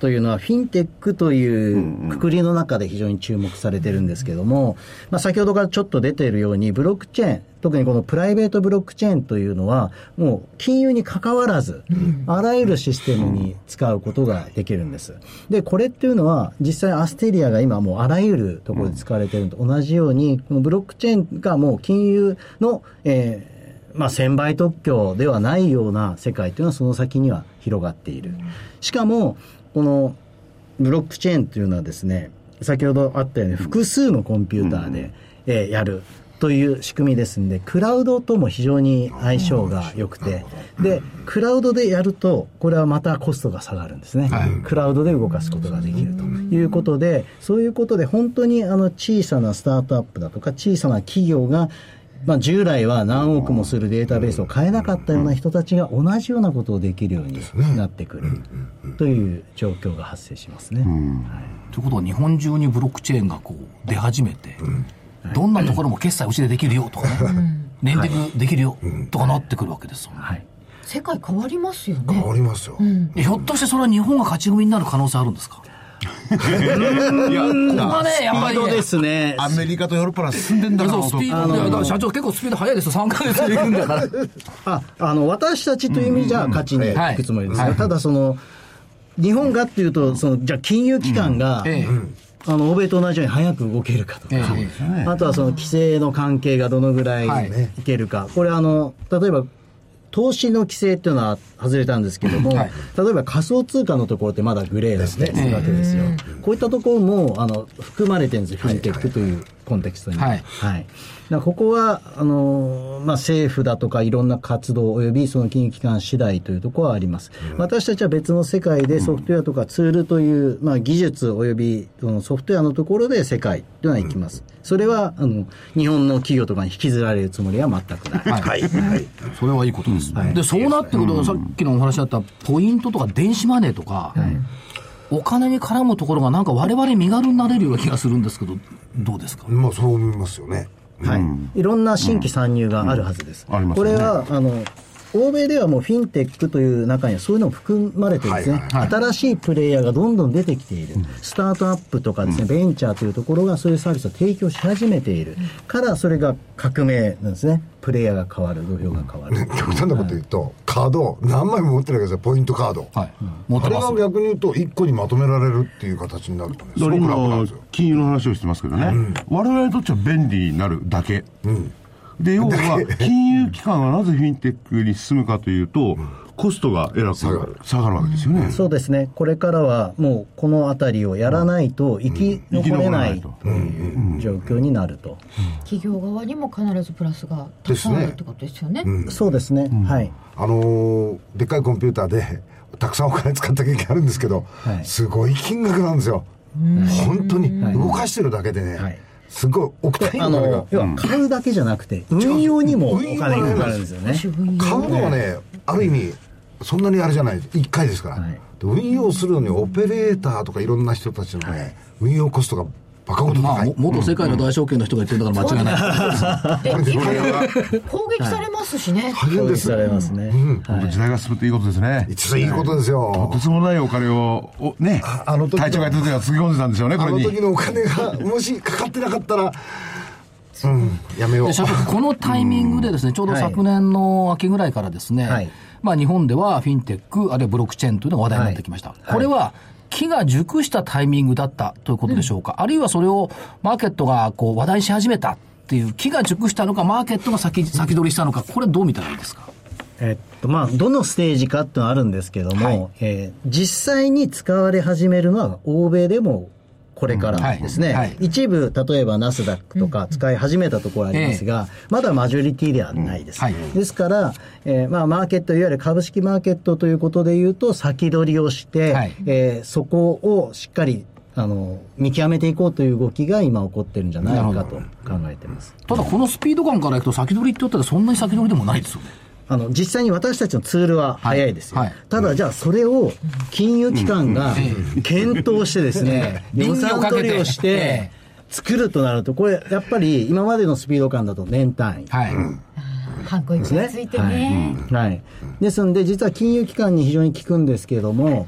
というのはフィンテックというくくりの中で非常に注目されてるんですけども、まあ、先ほどからちょっと出ているようにブロックチェーン、特にこのプライベートブロックチェーンというのはもう金融に関わらずあらゆるシステムに使うことができるんです。でこれっていうのは実際アステリアが今もうあらゆるところで使われているのと同じように、このブロックチェーンがもう金融の、えーまあ、専売特許ではないような世界というのはその先には広がっている。しかもこのブロックチェーンというのはですね、先ほどあったように複数のコンピューターで、えー、やるという仕組みですので、クラウドとも非常に相性が良くて、でクラウドでやるとこれはまたコストが下がるんですね、はい、クラウドで動かすことができるということで、そういうことで本当にあの小さなスタートアップだとか小さな企業がまあ、従来は何億もするデータベースを変えなかったような人たちが同じようなことをできるようになってくるという状況が発生しますね。うんはい、ということは日本中にブロックチェーンがこう出始めて、うんはい、どんなところも決済うちでできるよとかね、年額できるよとかなってくるわけですよね。はい、 世界変わりますよね。 変わりますよ、うん、 ひょっとしてそれは日本が勝ち組になる可能性あるんですか？いや、ここはね、やっぱり、ね、 ですね。 アメリカとヨーロッパが進んでんだから、 スピード、あのー、だから社長結構スピード速いですよ。さんかげつで行くんだから。 あ、あの、私たちという意味じゃ勝ちに行くつもりですよ。はい、ただその、日本がっていうと、その、じゃあ金融機関が、うんええあの欧米と同じように早く動けるかとか、ええ、あとはその規制の関係がどのぐらいいけるか、はい、これあの例えば投資の規制っていうのは外れたんですけども、はい、例えば仮想通貨のところってまだグレーだったりするわけですよ。こういったところもあの含まれてるんですよ、フィンテックというコンテクストに。はいはい、だからここはあの、まあ、政府だとかいろんな活動およびその金融機関次第というところはあります。うん、私たちは別の世界でソフトウェアとかツールという、まあ、技術およびそのソフトウェアのところで世界というのは行きます。うん、それはあの日本の企業とかに引きずられるつもりは全くない。はい、はい、 それはいいことです。はい、でそうなってくると、さっきのお話だったポイントとか電子マネーとか、はい、お金に絡むところがなんか我々身軽になれるような気がするんですけど、どうですか？ まあそう思いますよね。 はい、うん、いろんな新規参入があるはずです。うんうん、これはあの欧米ではもうフィンテックという中にはそういうのも含まれてるんですね、はいはいはい、新しいプレイヤーがどんどん出てきている、うん、スタートアップとかですね、うん、ベンチャーというところがそういうサービスを提供し始めているからそれが革命なんですね。プレイヤーが変わる、土俵が変わる、 極端なこと言うと、はい、カード何枚も持ってるわけですよ、ポイントカード、はいうん、あれが逆に言うといっこにまとめられるっていう形になるとね、すごく楽なんですよ。 金融の話をしてますけどね、うん、我々にとっては便利になるだけ、うんで要は金融機関がなぜフィンテックに進むかというと、コストがえらく下がる、下がるわけですよね。 そうですね。これからはもうこのあたりをやらないと生き残れないという状況になると。 企業側にも必ずプラスがたくさんあるってことですよね。 うん、そうですね。うん、はい。 あのー、でっかいコンピューターでたくさんお金使った経験あるんですけど、はい、すごい金額なんですよ。本当に動かしてるだけでね。はいはいすごい億単位のお金が、 要は買うだけじゃなくて運用にもお金がかかるんですよね。 買うのはね、ある意味そんなにあれじゃない、いっかいですから、はい、運用するのにオペレーターとかいろんな人たちのね、はい、運用コストがバカごと高い、まあ、 元世界の大証券の人が言ってるんだから間違いない、 うん、攻撃されますしね、 大変です、 攻撃されますね、 うんはい、時代が進むっていいことですね。 一番いいことですよ、 とてつもないお金をお、ね、あの隊長がやった時はつぎ込んでたんでしょうね。これにあの時のお金がもしかかってなかったらうん、やめよう。 社長、このタイミングでですね、ちょうど昨年の秋ぐらいからですね、はい、まあ、日本ではフィンテックあるいはブロックチェーンというのが話題になってきました、はい、これは機が熟したタイミングだったということでしょうか、うん、あるいはそれをマーケットがこう話題にし始めたっていう、機が熟したのかマーケットが 先, 先取りしたのか、これどう見たらいいですか？ えっとまあ、どのステージかっていうのはあるんですけども、はい、えー、実際に使われ始めるのは欧米でもこれからですね、うんはいはい、一部例えばナスダックとか使い始めたところありますが、うん、まだマジョリティではないです、うんはい、ですから、えーまあ、マーケットいわゆる株式マーケットということでいうと先取りをして、はい、えー、そこをしっかりあの見極めていこうという動きが今起こってるんじゃないかと考えています。 ただこのスピード感からいくと先取りって言ったらそんなに先取りでもないですよね。 あの実際に私たちのツールは早いですよ、はいはい、ただじゃあそれを金融機関が検討してですね、うん、予算取りをして作るとなると、これやっぱり今までのスピード感だと年単位、はい、 観光についてね、 はいはい、ですので実は金融機関に非常に効くんですけれども、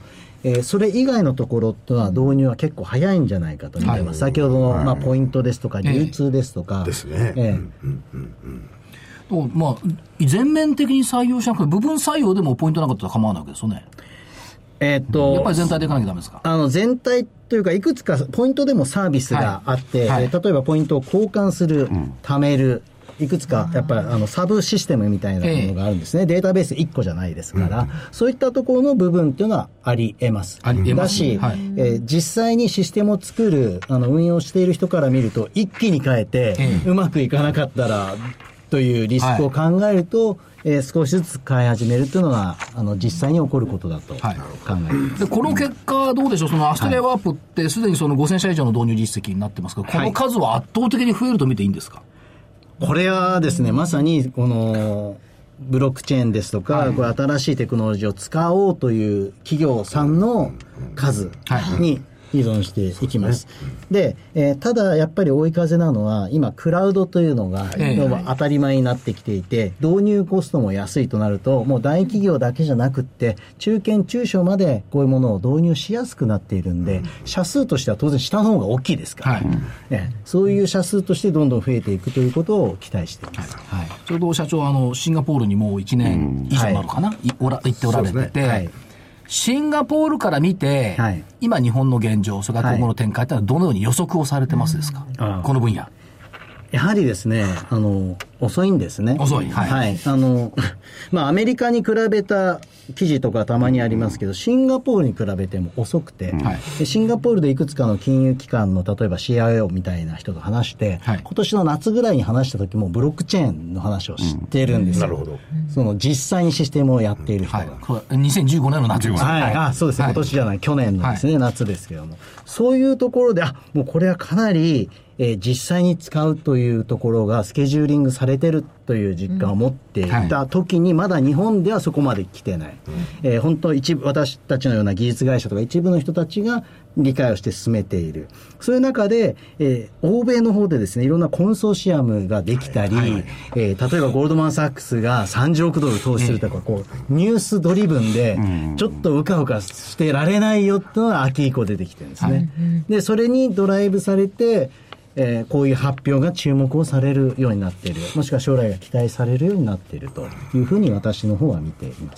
えー、それ以外のところというのは導入は結構早いんじゃないかと思います、はい、先ほどの、まあ、ポイントですとか流通ですとか、 えー、ですね、えーうんうんうん、まあ、全面的に採用しなくて部分採用でもポイントなかったら構わないわけですよね。 えー、っとやっぱり全体でいかなきゃダメですか。 あの全体というかいくつかポイントでもサービスがあって、はいはい、えー、例えばポイントを交換する、うん、貯める、いくつかやっぱりあのサブシステムみたいなものがあるんですね、えー、データベースいっこじゃないですから、うん、そういったところの部分っていうのはあり得ます。あり得ます。だし、はい、えー、実際にシステムを作るあの運用している人から見ると一気に変えて、えー、うまくいかなかったらというリスクを考えると、はい、えー、少しずつ変え始めるというのがあの実際に起こることだと考えています。 でこの結果どうでしょう。そのアステリアワープってすでにそのごせんしゃ以上の導入実績になってますけど、この数は圧倒的に増えると見ていいんですか。 これはですね、まさにこのブロックチェーンですとか、はい、これ新しいテクノロジーを使おうという企業さんの数に依存していきます。で、えー、ただやっぱり追い風なのは今クラウドというのが当たり前になってきていて、導入コストも安いとなるともう大企業だけじゃなくって中堅中小までこういうものを導入しやすくなっているんで、社数としては当然下の方が大きいですから、はい、えー、そういう社数としてどんどん増えていくということを期待しています。はいはい、 ちょうど社長あのシンガポールにもういちねん以上なのかな、はい、おら行っておられてて、はい、シンガポールから見て、はい、今日本の現状、それから今後の展開というのはどのように予測をされてますですか、はい、この分野。 やはりですね、あの遅いんですね。 遅い、はい、 はい、あのまあアメリカに比べた記事とかたまにありますけど、シンガポールに比べても遅くて、はい、でシンガポールでいくつかの金融機関の例えば シーアイオー みたいな人と話して、はい、今年の夏ぐらいに話した時もブロックチェーンの話を知っているんですよ、うん、なるほど。その実際にシステムをやっている人が、 はい、にせんじゅうごねんの夏です、 はいはい、あそうですね、はい、今年じゃない去年のですね、はい、夏ですけども、そういうところであもうこれはかなりえー、実際に使うというところがスケジューリングされてるという実感を持っていた時に、まだ日本ではそこまで来てない、うん、えー、本当一部私たちのような技術会社とか一部の人たちが理解をして進めている。そういう中で、えー、欧米の方でですね、いろんなコンソーシアムができたり、はいはい、えー、例えばゴールドマンサックスがさんじゅうおくドル投資するとか、こうニュースドリブンでちょっとうかうかしてられないよっていうのが秋以降出てきてるんですね、はい、でそれにドライブされてえー、こういう発表が注目をされるようになっている、もしくは将来が期待されるようになっているというふうに私の方は見ています。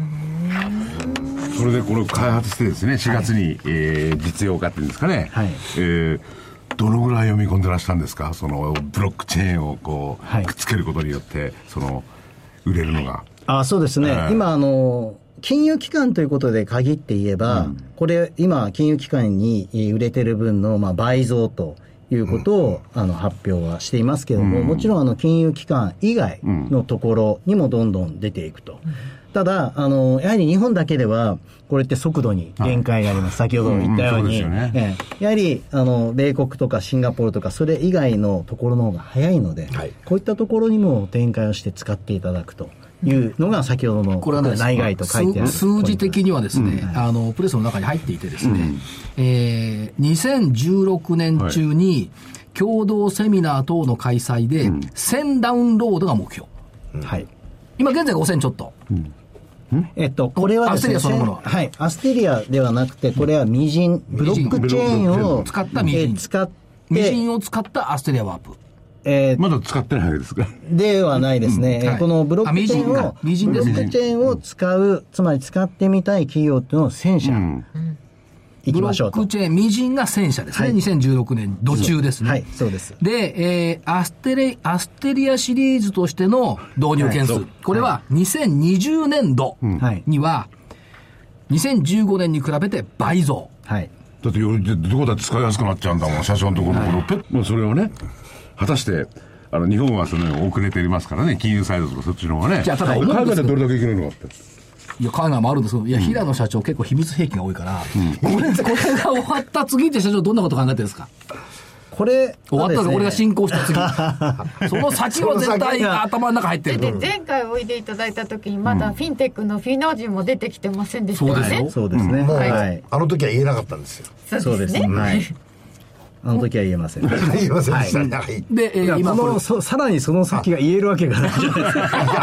それでこれを開発してですね、しがつに、はい、えー、実用化っていうんですかね、はい、えー、どのぐらい読み込んでらっしゃるんですか、そのブロックチェーンをこう、はい、くっつけることによってその売れるのが。 あ、そうですね、えー、今あの金融機関ということで限って言えば、うん、これ今金融機関に売れてる分の、まあ、倍増ということを、うん、あの発表はしていますけれども、うん、もちろんあの金融機関以外のところにもどんどん出ていくと、うん、ただあのやはり日本だけではこれって速度に限界があります、はい、先ほど言ったように、うんうん、ね、やはりあの米国とかシンガポールとかそれ以外のところの方が早いので、はい、こういったところにも展開をして使っていただくというのが先ほどの内外と書いてある数字的にはですね、うん、あのプレスの中に入っていてですね、うん、えー、にせんじゅうろくねん中に共同セミナー等の開催でせんダウンロードが目標、うん、はい、今現在ごせんちょっと、うん、 えっと、これはですね、アステリアそのものは、はい、アステリアではなくて、これはミジン、ブロックチェーンを使ったミジン、えー、使ってミジンを使ったアステリアワープ、 えー、まだ使ってないわけですか。 ではないですね、うん、はい、このブロックチェーンを、ブロックチェーンを使う、つまり使ってみたい企業というのをせん社、うん、いきましょうと。 ブロックチェーン、ミジンがせん社ですね、はい、にせんじゅうろくねん度中ですね。 はい、そうです。 で、えー、アステレ、アステリアシリーズとしての導入件数、はい、これはにせんにじゅうねんどには、にせんじゅうごねんに比べて倍増。 はい。 だって、どこだって使いやすくなっちゃうんだもん、社長のところのこのペッ、もうそれをね、果たしてあの日本はその遅れていますからね、金融サイドとかそっちの方がね。 じゃあただ海外でどれだけいけるのかって。 いや海外もあるんですけど、いや平野社長結構秘密兵器が多いから、うん、これこれが終わった次って社長どんなこと考えてるんですか。 これ終わったら俺が進行した次その先は絶対頭の中入ってる。 で前回おいでいただいた時にまだフィンテックのフィノージンも出てきてませんでしたよね。 そうですね。 もう、はい、あの時は言えなかったんですよ。 そうですね。はい。 あの時は言えません。 言えませんでした。はい。 で、えー、今このそさらにその先が言えるわけがないじゃないです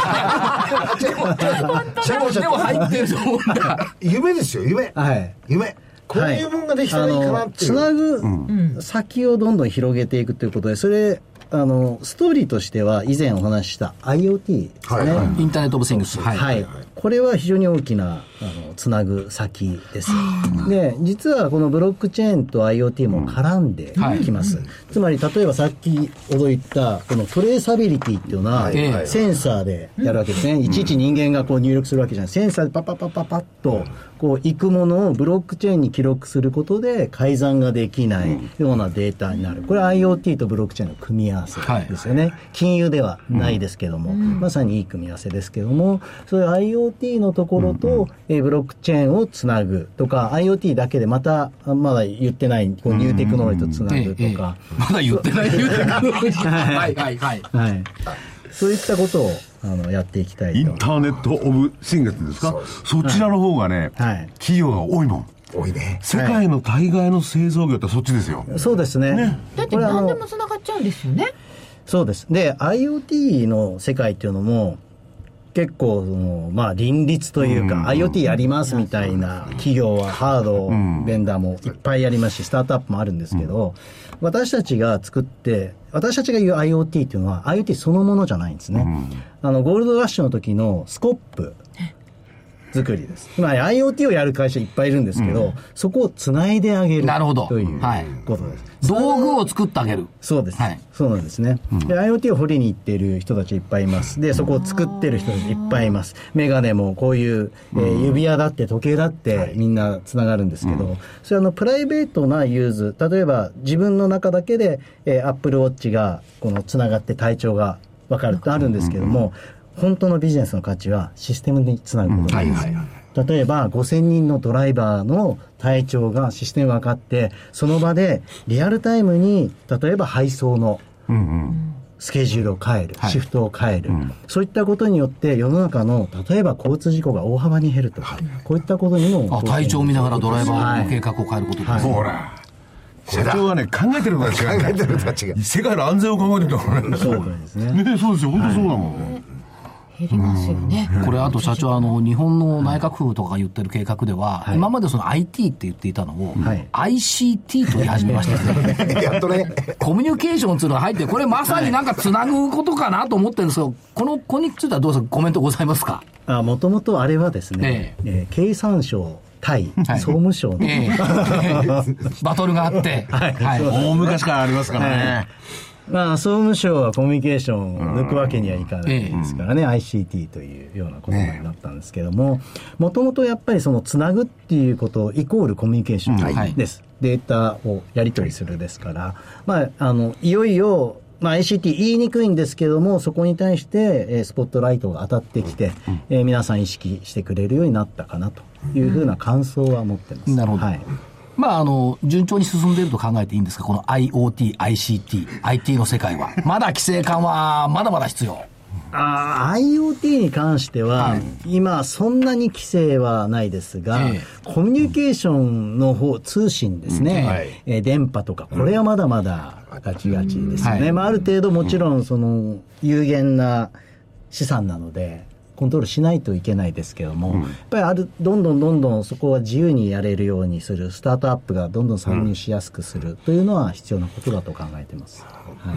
か。でも入ってると思うんだ。 夢ですよ、夢。 はい。 夢。こういうもんができたらいいかなっていう。 つなぐ先をどんどん広げていくということで、それ、あのストーリーとしては以前お話しした IoT ですね、はい、 インターネットオブシングス、 はいはい、これは非常に大きなあのつなぐ先です。で実はこのブロックチェーンと IoT も絡んできます、はい、つまり例えばさっきほど言ったこのトレーサビリティっていうのは、はい、センサーでやるわけですね、うん、いちいち人間がこう入力するわけじゃない、センサーでパッパッパッパッパッとこういくものをブロックチェーンに記録することで改ざんができないようなデータになる。これは IoT とブロックチェーンの組み合わせですよね、はい、金融ではないですけども、うん、まさにいい組み合わせですけども、そういう IoT のところと、うんうん、えブロックチェーンをつなぐとか IoT だけでまたまだ言ってないこうニューテクノロジーとつなぐとか、うんうんええ、 まだ言ってないニューテクノロジーはいはいはい、はい、 そういったことをあのやっていきたいと。 インターネットオブシングスですか、 そ, そちらの方がね、はい、企業が多いもん。 多いね。 世界の大概の製造業ってそっちですよ、 はい、そうです ね, ねだって何でもつながっちゃうんですよね。 そうです。で IoT の世界っていうのも結構その、まあ、林立というか、うん、IoT やりますみたいな企業はハードベンダーもいっぱいありますし、スタートアップもあるんですけど、うん、私たちが作って私たちが言う IoT っていうのは IoT そのものじゃないんですね、うん、あのゴールドラッシュの時のスコップ作りです。つまり IoT をやる会社いっぱいいるんですけど、うん、そこをつないであげるなるほどということです。 道具を作ってあげる。 そうです、 はい、 そうなんですね、うん、で IoT を掘りに行っている人たちいっぱいいます。でそこを作ってる人たちいっぱいいます。メガネもこういう、えー、指輪だって時計だってみんなつながるんですけど、うん、それはあのプライベートなユーズ、例えば自分の中だけで、えー、Apple Watch がこのつながって体調が分かるってあるんですけども、うん、本当のビジネスの価値はシステムにつなぐことです、うんはいはいはい。例えばごせんにんのドライバーの体調がシステム分かってその場でリアルタイムに例えば配送のスケジュールを変える、うんうん、シフトを変える、はい、そういったことによって世の中の例えば交通事故が大幅に減るとか、はい、こういったことにもあ体調を見ながらドライバーの計画を変えることです、はいはい、 ほら社長はね考えてることが違う、考えてることが違う、世界の安全を考えてるからね。 そうですね。 ね、そうですよ、本当そうだもんね、 はい、減りますよね。 これあと社長あの日本の内閣府とかが言ってる計画では、はい、今までその アイティー って言っていたのを、はい、アイシーティー と言い始めましたねやっとねコミュニケーションっていうのが入ってこれまさになんかつなぐことかなと思ってるんですけど、このこれについてはどうぞコメントございますか。 もともとあれはですね、えええー、経産省対総務省の、はいえー、バトルがあって、 はいはい、大昔からありますからね、はい、 まあ、総務省はコミュニケーションを抜くわけにはいかないですからね、うん、アイシーティー というようなことになったんですけども、もともとやっぱりそのつなぐっていうことイコールコミュニケーションです、うん、データをやり取りするですから、まあ、あのいよいよまあ、アイシーティー 言いにくいんですけども、そこに対して、えー、スポットライトが当たってきて、うんえー、皆さん意識してくれるようになったかなというふうな感想は持ってます。 なるほど、 はい、 まあ、あの順調に進んでいると考えていいんですか、この IoT、アイシーティー、アイティー の世界はまだ規制緩和まだまだ必要。 あ IoT に関しては、はい、今そんなに規制はないですが、ええ、コミュニケーションの方通信ですね、うんはいえー、電波とかこれはまだまだガチガチですよね、うんはいまあ、ある程度もちろんその有限な資産なのでコントロールしないといけないですけども、うん、やっぱりあるどんどんどんどんそこは自由にやれるようにする、スタートアップがどんどん参入しやすくするというのは必要なことだと考えています、はい、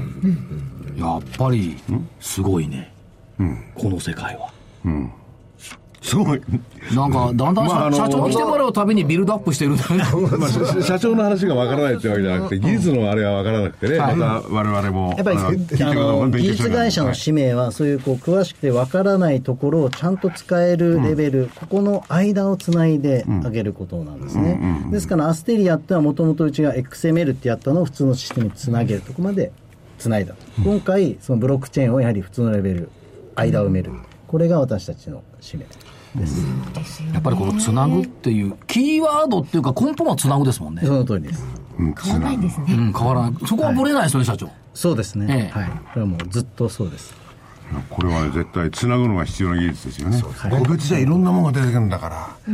やっぱりすごいね、うん、この世界は、うん、 すごいなんかだんだん、まあ、社長に来てもらうたびにビルドアップしてるんだよねまあ、社長の話がわからないってわけじゃなくて、技術のあれはわからなくてね、はい、また我々もやっぱりあの技術会社の使命はそういうこう詳しくてわからないところをちゃんと使えるレベル、うん、ここの間をつないであげることなんですね、うんうんうん、ですからアステリアってのはもともとうちが エックスエムエル ってやったのを普通のシステムにつなげるところまでつないだ、うん、今回そのブロックチェーンをやはり普通のレベル間を埋める、これが私たちの使命です、 うん、やっぱりこのつなぐっていうキーワードっていうか根本はつなぐですもんね。 その通りです、 うん、変わらないんですね、 うん、変わらない、そこはぶれないですよね、はい、社長。 そうですね、ええ、はい、これはもうずっとそうです。 これは、ね、絶対つなぐのが必要な技術ですよね。個別じゃいろんなものが出てくるんだから。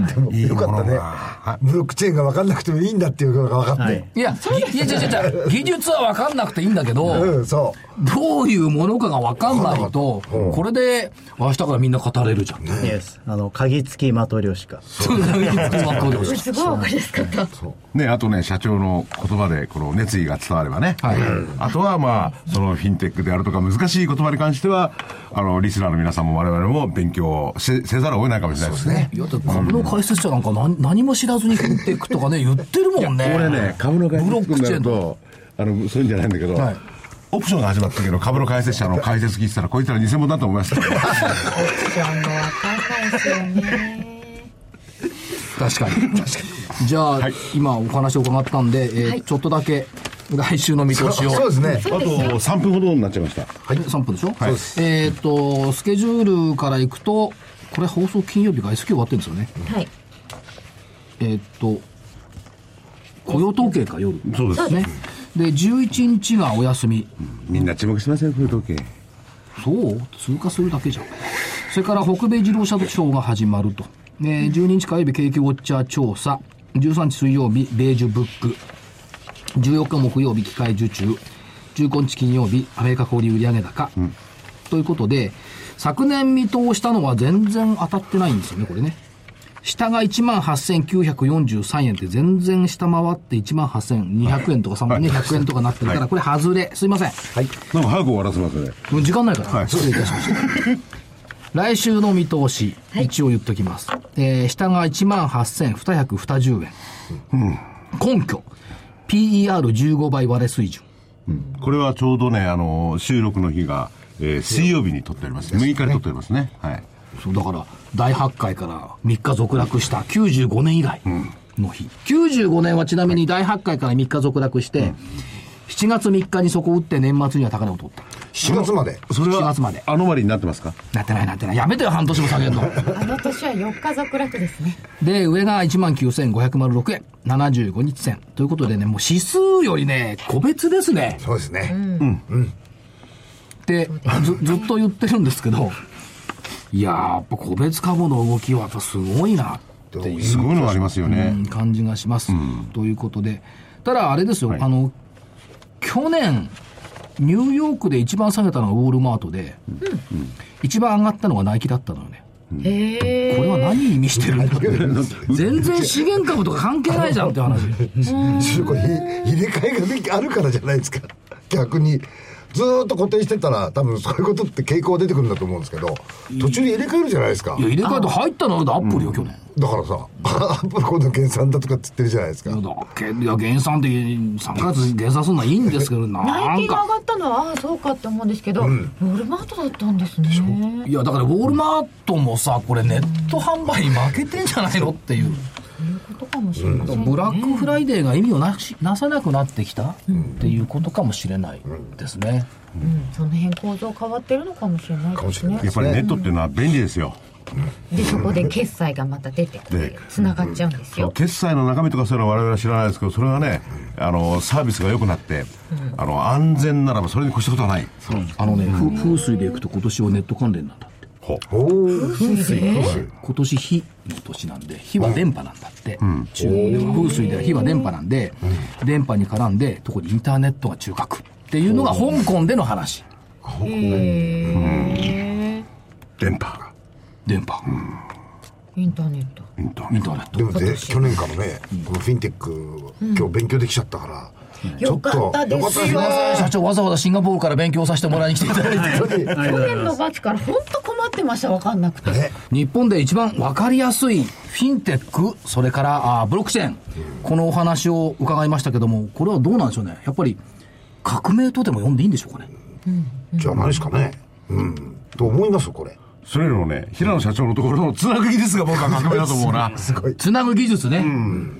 でもよかったね。ブロックチェーンが分かんなくてもいいんだっていうことが分かって。はい、 いや、いや、いや、いや、技術は分かんなくていいんだけど、うん、そう。どういうものかが分かんないと、うん、これで明日からみんな語れるじゃん。 ね、yes. あの、鍵付きマトリョーシカ。 そう、鍵付きマトリョーシカ。 すごい分かりやすかった。 ね、あとね、社長の言葉でこの熱意が伝わればね。はい。あとはまあ、そのフィンテックであるとか難しい言葉に関しては、あの、リスナーの皆さんも我々も勉強せざるを得ないかもしれないですね。 いや、株の解説者なんか何、何も知らずにフィンテックとかね、言ってるもんね。 俺ね、株の解説者になると、あの、そういうんじゃないんだけど、はい、オプションが始まった時の株の解説者の解説聞いてたら、こいつら偽物だと思いました。オプションもわかんないですよね。 確かに。確かに。じゃあ、はい、今お話を伺ったんで、えーはい、ちょっとだけ来週の見通しを。 そうですね。 あとさんぷんほどになっちゃいました。 はい、さんぷんでしょ。はい。えっと、スケジュールからいくと、これ放送金曜日が エスキュー 終わってるんですよね。はい。えっと、雇用統計か夜。 そうですね。 で、じゅういちにちがお休み。 みんな注目しません、雇用統計。 そう通過するだけじゃん。それから北米自動車ショーが始まると。えー、じゅうににち火曜日景気ウォッチャー調査、じゅうさんにち水曜日ベージュブック、じゅうよっか木曜日機械受注、じゅうごにち金曜日アメリカ小売売上高、うん、ということで昨年見通したのは全然当たってないんですよね、これね。下が いちまんはっせんきゅうひゃくよんじゅうさんえんって全然下回って いちまんはっせんにひゃくえんとかさんまんひゃくえんとかなってるから、これ外れ。すいません。はい。 なんか早く終わらせますね。 時間ないから。はい。失礼いたしました。来週の見通し、一応言っときます。はい、えー、下が いちまんはっせんにひゃくにじゅうえん。うん、根拠、ピーイーアールじゅうご 倍割れ水準。 うん、これはちょうどね、あの、収録の日が、えー、水曜日に撮っております。むいかに撮っておりますね。はい。 そう、だから、大発会からみっか続落したきゅうじゅうごねん以来の日。うん、きゅうじゅうごねんはちなみに大発会からみっか続落して、うん、しちがつみっかにそこを打って年末には高値を取った。 しがつまで。 それはしがつまでアノマリになってますか？ なってないなってない。やめてよ、半年も下げるの。 あの年はよっか続落ですね。 で、上が いちまんきゅうせんごひゃくろくえん、ななじゅうごにち線ということでね、もう指数よりね、個別ですね。 そうですね。うんうんうん。で、ずずっと言ってるんですけど、いやー、やっぱ個別株の動きはやっぱすごいなっていう、 すごいのがありますよね、 うん、感じがします、うん、ということで、ただあれですよ、はい、あの去年ニューヨークで一番下げたのがウォールマートで、うん、一番上がったのがナイキだったのよね。へー、これは何意味してるんだって全然資源株とか関係ないじゃんって話。 これ入れ替えができあるからじゃないですか。逆にずーっと固定してたら多分そういうことって傾向出てくるんだと思うんですけど、途中で入れ替えるじゃないですか。 いや、入れ替えて入ったのはアップルよ、去年。 だからさ、アップル今度減産だとかって言ってるじゃないですか。 いや、減産ってさんかげつ減産するのはいいんですけど、なんかナイキが上がったのはああそうかって思うんですけど、うん、ウォールマートだったんですね。 いや、だからウォールマートもさ、これネット販売に負けてんじゃないのっていう、 そういうことかもしれませんね。 ブラックフライデーが意味をなしなさなくなってきたっていうことかもしれないですね。 うん、その辺構造変わってるのかもしれないですね。 やっぱりネットっていうのは便利ですよ。 で、そこで決済がまた出てつながっちゃうんですよ。 決済の中身とかそういうのは我々は知らないですけど、それがね、あのサービスが良くなって、うん、あの安全ならばそれに越したことはない。 うん、あのね、うん、風水でいくと今年はネット関連なんだって。ほ風水で今年火の年なんで、火は電波なんだって、うん、中では風水では火は電波なんで、うん、電波に絡んで特にインターネットが中核っていうのが香港での話。 へー、 電波電波、 うん、インターネットインターネットでもで去年からね、うん、このフィンテック、うん、今日勉強できちゃったから、 うん、ちょっとよかったですよ。 社長わざわざシンガポールから勉強させてもらいに来ていただいて去年のバチから本当困ってました。分かんなくて、ね、 日本で一番分かりやすいフィンテック、それからあブロックチェーン、うん、このお話を伺いましたけども、これはどうなんでしょうね。やっぱり革命とでも呼んでいいんでしょうかね。 うんうん、じゃないですかね、うん、と思いますこれ。 それよりもね、平野社長のところのつなぐ技術が僕は革命だと思うな。 すごい。つなぐ技術ね。うん、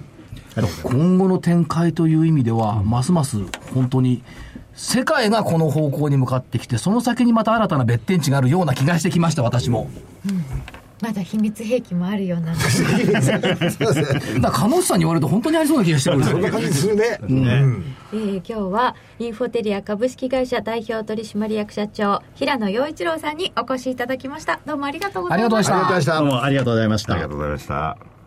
今後の展開という意味では、うん、ますます本当に世界がこの方向に向かってきて、その先にまた新たな別天地があるような気がしてきました、私も。 まだ秘密兵器もあるようなんですだから鹿野さんに言われると本当にありそうな気がしてるんですよ。 そんな感じするね、うんうんえー、今日はインフォテリア株式会社代表取締役社長平野陽一郎さんにお越しいただきました。どうもありがとうございました。 ありがとうございました。 どうもありがとうございました。 ありがとうございました。